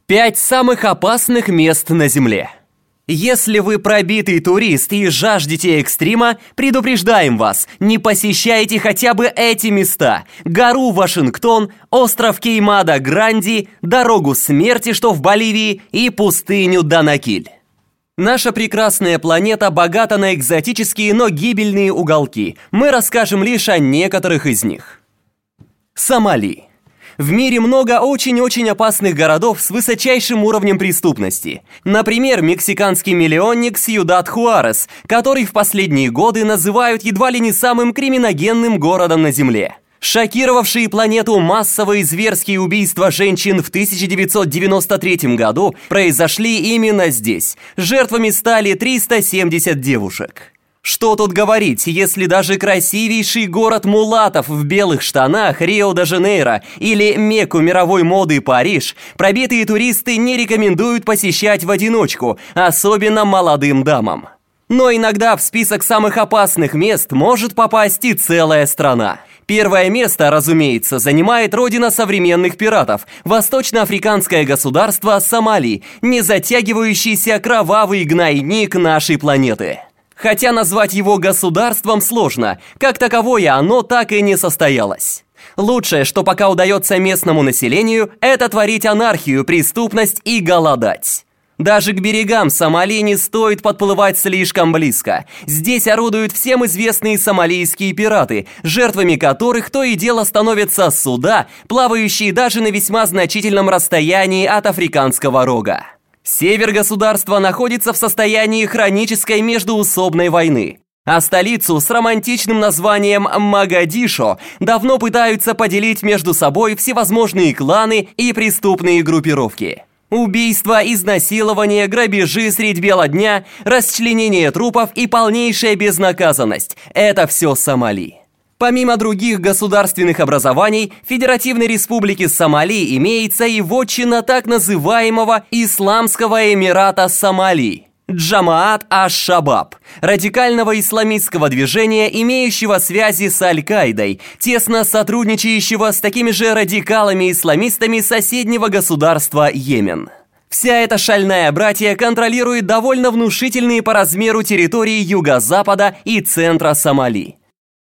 5 самых опасных мест на Земле. Если вы пробитый турист и жаждете экстрима, предупреждаем вас, не посещайте хотя бы эти места: гору Вашингтон, остров Кеймада-Гранди, дорогу смерти, что в Боливии, и пустыню Данакиль. Наша прекрасная планета богата на экзотические, но гибельные уголки. Мы расскажем лишь о некоторых из них. Сомали. В мире много очень-очень опасных городов с высочайшим уровнем преступности. Например, мексиканский миллионник Сьюдад-Хуарес, который в последние годы называют едва ли не самым криминогенным городом на Земле. Шокировавшие планету массовые зверские убийства женщин в 1993 году произошли именно здесь. Жертвами стали 370 девушек. Что тут говорить, если даже красивейший город мулатов в белых штанах Рио-де-Жанейро или Мекку мировой моды Париж пробитые туристы не рекомендуют посещать в одиночку, особенно молодым дамам. Но иногда в список самых опасных мест может попасть и целая страна. Первое место, разумеется, занимает родина современных пиратов – восточноафриканское государство Сомали, не затягивающийся кровавый гнойник нашей планеты. Хотя назвать его государством сложно, как таковое оно так и не состоялось. Лучшее, что пока удается местному населению, это творить анархию, преступность и голодать. Даже к берегам Сомали не стоит подплывать слишком близко. Здесь орудуют всем известные сомалийские пираты, жертвами которых то и дело становятся суда, плавающие даже на весьма значительном расстоянии от Африканского рога. Север государства находится в состоянии хронической междоусобной войны, а столицу с романтичным названием Могадишо давно пытаются поделить между собой всевозможные кланы и преступные группировки. Убийства, изнасилования, грабежи средь бела дня, расчленение трупов и полнейшая безнаказанность – это все Сомали. Помимо других государственных образований, в Федеративной Республике Сомали имеется и вотчина так называемого Исламского Эмирата Сомали – Джамаат аш-Шабаб, радикального исламистского движения, имеющего связи с Аль-Каидой, тесно сотрудничающего с такими же радикалами-исламистами соседнего государства Йемен. Вся эта шальная братья контролирует довольно внушительные по размеру территории юго-запада и центра Сомали.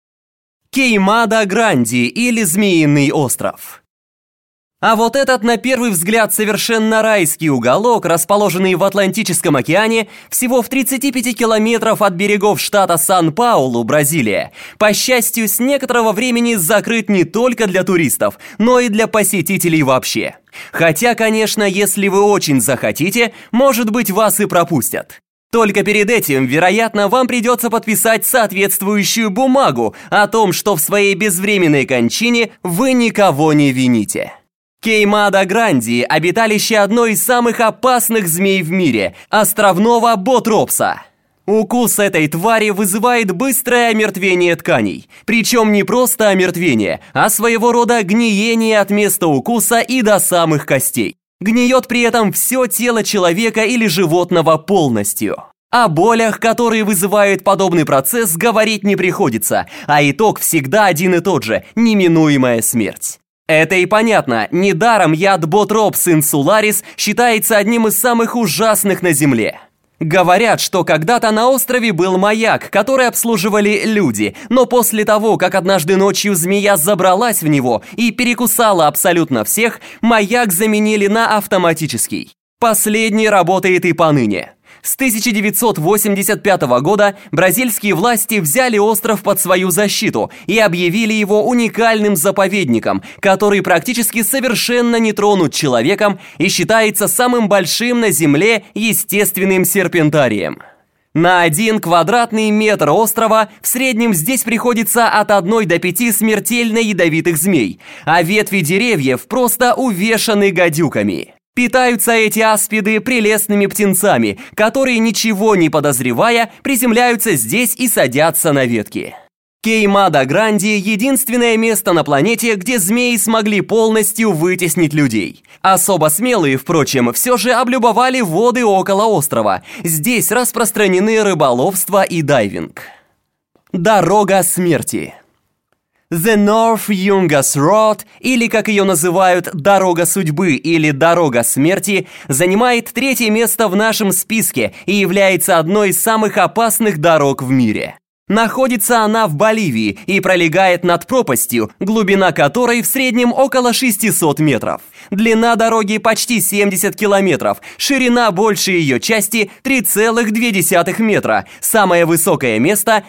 Кеймада-Гранди или Змеиный остров. А вот этот, на первый взгляд, совершенно райский уголок, расположенный в Атлантическом океане, всего в 35 километров от берегов штата Сан-Паулу, Бразилия, по счастью, с некоторого времени закрыт не только для туристов, но и для посетителей вообще. Хотя, конечно, если вы очень захотите, может быть, вас и пропустят. Только перед этим, вероятно, вам придется подписать соответствующую бумагу о том, что в своей безвременной кончине вы никого не вините. Кеймада-Гранди – обиталище одной из самых опасных змей в мире – островного ботропса. Укус этой твари вызывает быстрое омертвение тканей. Причем не просто омертвение, а своего рода гниение от места укуса и до самых костей. Гниет при этом все тело человека или животного полностью. О болях, которые вызывает подобный процесс, говорить не приходится, а итог всегда один и тот же – неминуемая смерть. Это и понятно, недаром яд Ботропс инсуларис считается одним из самых ужасных на Земле. Говорят, что когда-то на острове был маяк, который обслуживали люди, но после того, как однажды ночью змея забралась в него и перекусала абсолютно всех, маяк заменили на автоматический. Последний работает и поныне. С 1985 года бразильские власти взяли остров под свою защиту и объявили его уникальным заповедником, который практически совершенно не тронут человеком и считается самым большим на Земле естественным серпентарием. На 1 квадратный метр острова в среднем здесь приходится от 1 до 5 смертельно ядовитых змей, а ветви деревьев просто увешаны гадюками. Питаются эти аспиды прелестными птенцами, которые, ничего не подозревая, приземляются здесь и садятся на ветки. Кеймада-Гранди – единственное место на планете, где змеи смогли полностью вытеснить людей. Особо смелые, впрочем, все же облюбовали воды около острова. Здесь распространены рыболовство и дайвинг. Дорога смерти. The North Yungas Road, или как ее называют «Дорога судьбы» или «Дорога смерти», занимает 3-е место в нашем списке и является одной из самых опасных дорог в мире. Находится она в Боливии и пролегает над пропастью, глубина которой в среднем около 600 метров. Длина дороги почти 70 километров, ширина большей ее части 3,2 метра, самое высокое место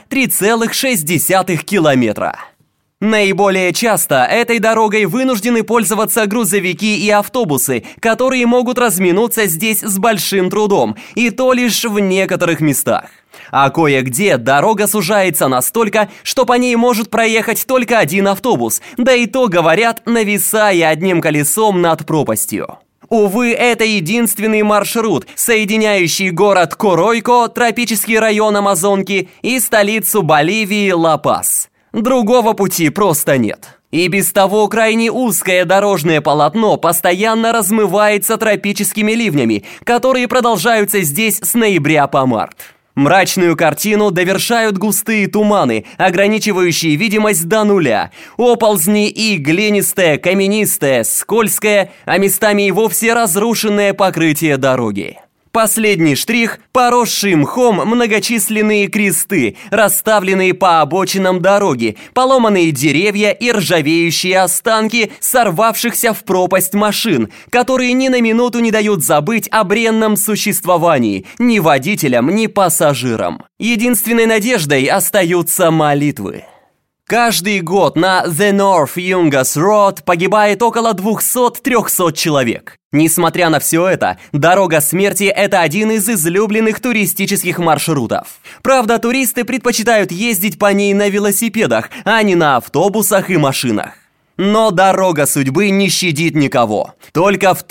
3,6 километра. Наиболее часто этой дорогой вынуждены пользоваться грузовики и автобусы, которые могут разминуться здесь с большим трудом, и то лишь в некоторых местах. А кое-где дорога сужается настолько, что по ней может проехать только один автобус, да и то, говорят, нависая одним колесом над пропастью. Увы, это единственный маршрут, соединяющий город Коройко, тропический район Амазонки, и столицу Боливии Ла-Пас. Другого пути просто нет. И без того крайне узкое дорожное полотно постоянно размывается тропическими ливнями, которые продолжаются здесь с ноября по март. Мрачную картину довершают густые туманы, ограничивающие видимость до нуля, оползни и глинистое, каменистое, скользкое, а местами и вовсе разрушенное покрытие дороги. Последний штрих – поросшие мхом многочисленные кресты, расставленные по обочинам дороги, поломанные деревья и ржавеющие останки сорвавшихся в пропасть машин, которые ни на минуту не дают забыть о бренном существовании ни водителям, ни пассажирам. Единственной надеждой остаются молитвы. Каждый год на The North Yungas Road погибает около 200-300 человек. Несмотря на все это, дорога смерти – это один из излюбленных туристических маршрутов. Правда, туристы предпочитают ездить по ней на велосипедах, а не на автобусах и машинах. Но дорога судьбы не щадит никого. Только в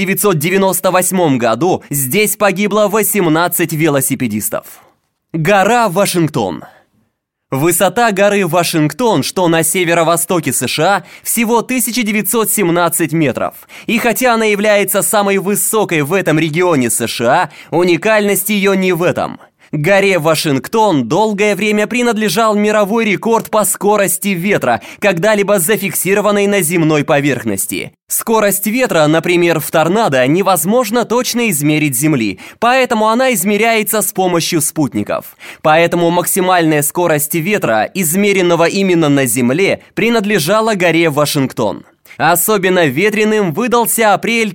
1998 году здесь погибло 18 велосипедистов. Гора Вашингтон. Высота горы Вашингтон, что на северо-востоке США, всего 1917 метров. И хотя она является самой высокой в этом регионе США, уникальность ее не в этом. Горе Вашингтон долгое время принадлежал мировой рекорд по скорости ветра, когда-либо зафиксированной на земной поверхности. Скорость ветра, например, в торнадо, невозможно точно измерить с Земли, поэтому она измеряется с помощью спутников. Поэтому максимальная скорость ветра, измеренного именно на Земле, принадлежала горе Вашингтон. Особенно ветреным выдался апрель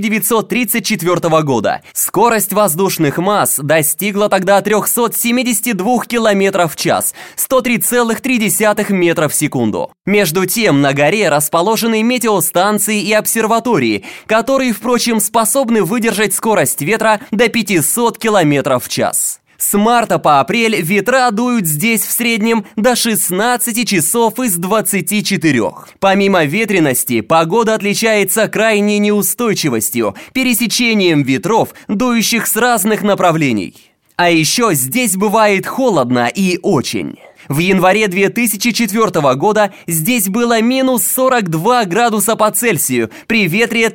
1934 года. Скорость воздушных масс достигла тогда 372 км в час, 103,3 метра в секунду. Между тем, на горе расположены метеостанции и обсерватории, которые, впрочем, способны выдержать скорость ветра до 500 км в час. С марта по апрель ветра дуют здесь в среднем до 16 часов из 24. Помимо ветрености, погода отличается крайней неустойчивостью, пересечением ветров, дующих с разных направлений. А еще здесь бывает холодно и очень. В январе 2004 года здесь было минус 42 градуса по Цельсию при ветре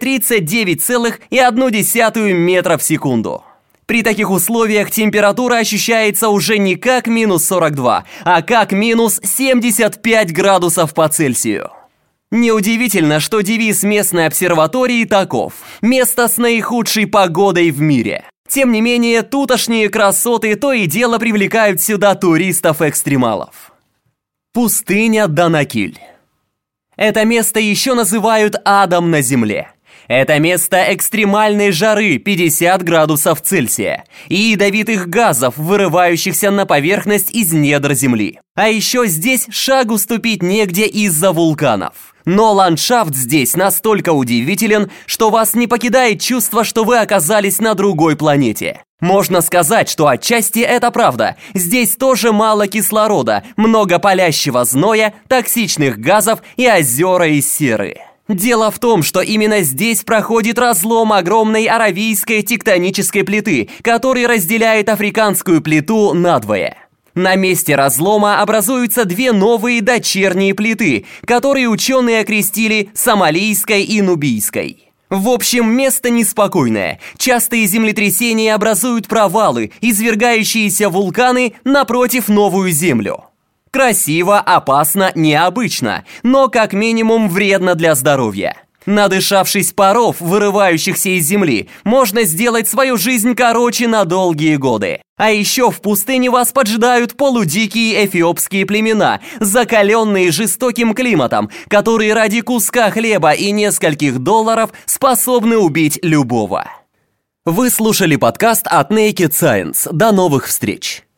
39,1 метра в секунду. При таких условиях температура ощущается уже не как минус 42, а как минус 75 градусов по Цельсию. Неудивительно, что девиз местной обсерватории таков: «Место с наихудшей погодой в мире». Тем не менее, тутошние красоты то и дело привлекают сюда туристов-экстремалов. Пустыня Данакиль. Это место еще называют адом на земле. Это место экстремальной жары 50 градусов Цельсия и ядовитых газов, вырывающихся на поверхность из недр земли. А еще здесь шагу ступить негде из-за вулканов. Но ландшафт здесь настолько удивителен, что вас не покидает чувство, что вы оказались на другой планете. Можно сказать, что отчасти это правда. Здесь тоже мало кислорода, много палящего зноя, токсичных газов и озера из серы. Дело в том, что именно здесь проходит разлом огромной аравийской тектонической плиты, который разделяет африканскую плиту надвое. На месте разлома образуются две новые дочерние плиты, которые ученые окрестили Сомалийской и Нубийской. В общем, место неспокойное. Частые землетрясения образуют провалы, извергающиеся вулканы напротив новую землю. Красиво, опасно, необычно, но как минимум вредно для здоровья. Надышавшись паров, вырывающихся из земли, можно сделать свою жизнь короче на долгие годы. А еще в пустыне вас поджидают полудикие эфиопские племена, закаленные жестоким климатом, которые ради куска хлеба и нескольких долларов способны убить любого. Вы слушали подкаст от Naked Science. До новых встреч!